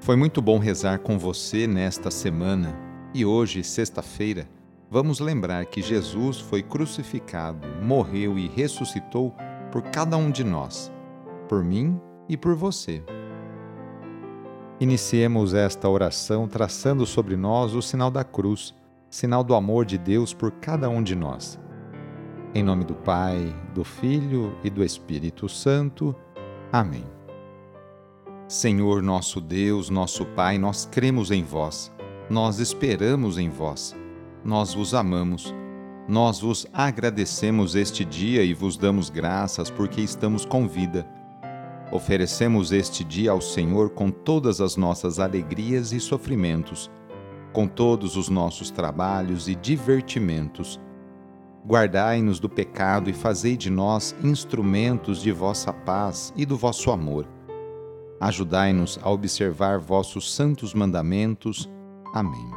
Foi muito bom rezar com você nesta semana e hoje, sexta-feira, vamos lembrar que Jesus foi crucificado, morreu e ressuscitou por cada um de nós, por mim e por você. Iniciemos esta oração traçando sobre nós o sinal da cruz, sinal do amor de Deus por cada um de nós. Em nome do Pai, do Filho e do Espírito Santo. Amém. Senhor nosso Deus, nosso Pai, nós cremos em vós, nós esperamos em vós, nós vos amamos, nós vos agradecemos este dia e vos damos graças porque estamos com vida. Oferecemos este dia ao Senhor com todas as nossas alegrias e sofrimentos, com todos os nossos trabalhos e divertimentos. Guardai-nos do pecado e fazei de nós instrumentos de vossa paz e do vosso amor. Ajudai-nos a observar vossos santos mandamentos. Amém.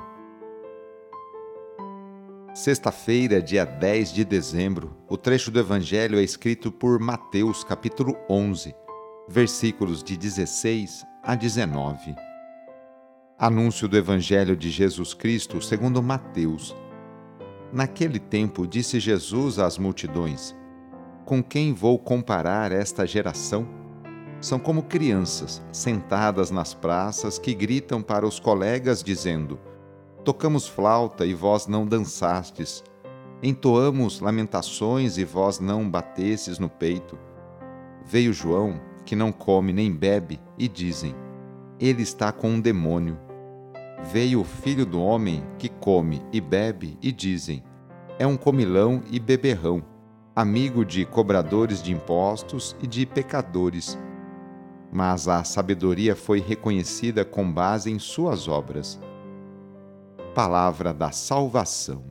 Sexta-feira, dia 10 de dezembro, o trecho do Evangelho é escrito por Mateus, capítulo 11, versículos de 16 a 19. Anúncio do Evangelho de Jesus Cristo segundo Mateus. Naquele tempo disse Jesus às multidões: Com quem vou comparar esta geração? São como crianças, sentadas nas praças, que gritam para os colegas dizendo: Tocamos flauta e vós não dançastes. Entoamos lamentações e vós não batestes no peito. Veio João, que não come nem bebe, e dizem: Ele está com um demônio. Veio o Filho do Homem, que come e bebe, e dizem: É um comilão e beberrão, amigo de cobradores de impostos e de pecadores. Mas a sabedoria foi reconhecida com base em suas obras. Palavra da salvação.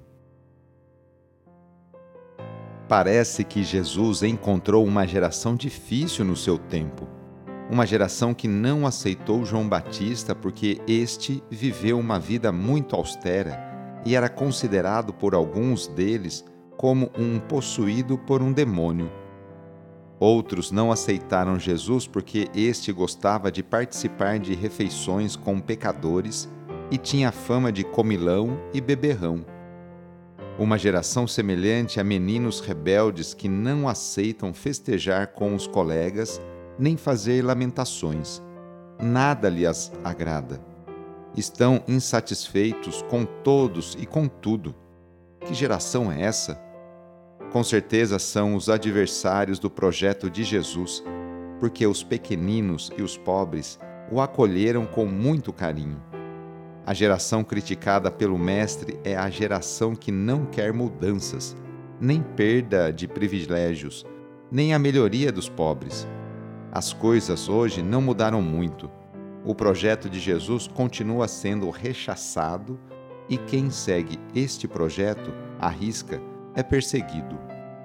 Parece que Jesus encontrou uma geração difícil no seu tempo. Uma geração que não aceitou João Batista porque este viveu uma vida muito austera e era considerado por alguns deles como um possuído por um demônio. Outros não aceitaram Jesus porque este gostava de participar de refeições com pecadores e tinha fama de comilão e beberrão. Uma geração semelhante a meninos rebeldes que não aceitam festejar com os colegas nem fazer lamentações. Nada lhes agrada. Estão insatisfeitos com todos e com tudo. Que geração é essa? Com certeza são os adversários do projeto de Jesus, porque os pequeninos e os pobres o acolheram com muito carinho. A geração criticada pelo Mestre é a geração que não quer mudanças, nem perda de privilégios, nem a melhoria dos pobres. As coisas hoje não mudaram muito. O projeto de Jesus continua sendo rechaçado e quem segue este projeto, à risca, é perseguido.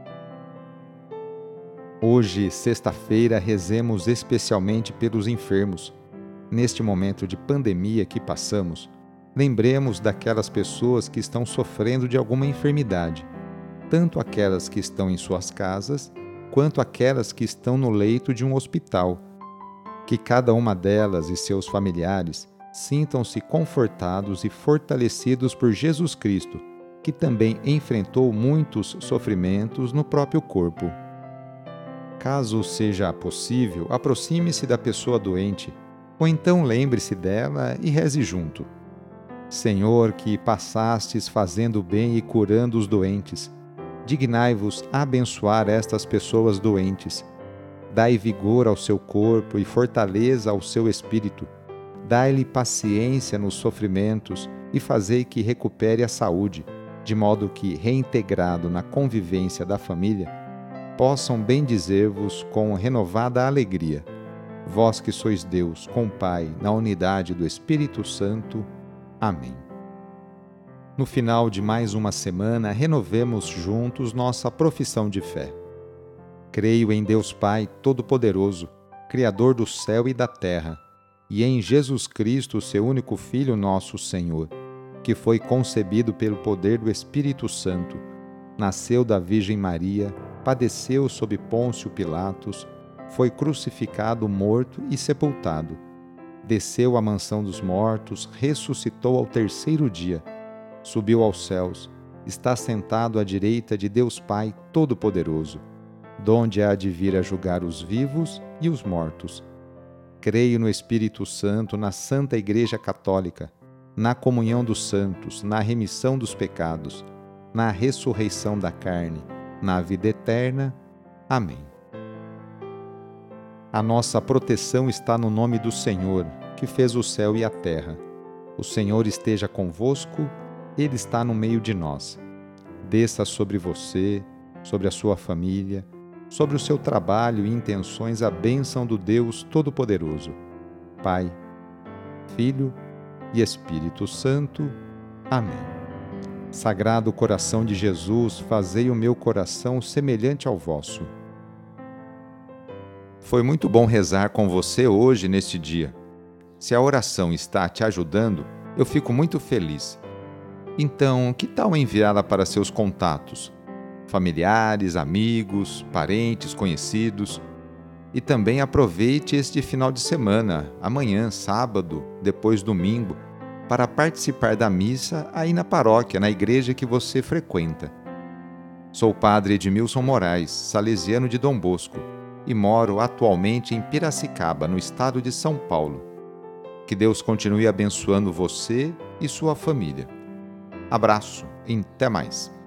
Hoje, sexta-feira, rezemos especialmente pelos enfermos. Neste momento de pandemia que passamos, lembremos daquelas pessoas que estão sofrendo de alguma enfermidade, tanto aquelas que estão em suas casas, quanto aquelas que estão no leito de um hospital. Que cada uma delas e seus familiares sintam-se confortados e fortalecidos por Jesus Cristo, que também enfrentou muitos sofrimentos no próprio corpo. Caso seja possível, aproxime-se da pessoa doente, ou então lembre-se dela e reze junto. Senhor, que passastes fazendo bem e curando os doentes, dignai-vos abençoar estas pessoas doentes. Dai vigor ao seu corpo e fortaleza ao seu espírito. Dai-lhe paciência nos sofrimentos e fazei que recupere a saúde, de modo que, reintegrado na convivência da família, possam bendizer-vos com renovada alegria. Vós que sois Deus, com o Pai, na unidade do Espírito Santo. Amém. No final de mais uma semana, renovemos juntos nossa profissão de fé. Creio em Deus Pai Todo-Poderoso, Criador do céu e da terra, e em Jesus Cristo, seu único Filho, nosso Senhor, que foi concebido pelo poder do Espírito Santo, nasceu da Virgem Maria, padeceu sob Pôncio Pilatos, foi crucificado, morto e sepultado. desceu à mansão dos mortos, ressuscitou ao terceiro dia, subiu aos céus, está sentado à direita de Deus Pai Todo-Poderoso, donde há de vir a julgar os vivos e os mortos. Creio no Espírito Santo, na Santa Igreja Católica, na comunhão dos santos, na remissão dos pecados, na ressurreição da carne, na vida eterna. Amém. A nossa proteção está no nome do Senhor, que fez o céu e a terra. O Senhor esteja convosco, Ele está no meio de nós. Desça sobre você, sobre a sua família, sobre o seu trabalho e intenções a bênção do Deus Todo-Poderoso, Pai, Filho e Espírito Santo. Amém. Sagrado coração de Jesus, fazei o meu coração semelhante ao vosso. Foi muito bom rezar com você hoje neste dia. Se a oração está te ajudando, eu fico muito feliz. Então, que tal enviá-la para seus contatos? Familiares, amigos, parentes, conhecidos. E também aproveite este final de semana, amanhã, sábado, depois domingo, para participar da missa aí na paróquia, na igreja que você frequenta. Sou o padre Edmilson Moraes, salesiano de Dom Bosco, e moro atualmente em Piracicaba, no estado de São Paulo. Que Deus continue abençoando você e sua família. Abraço e até mais.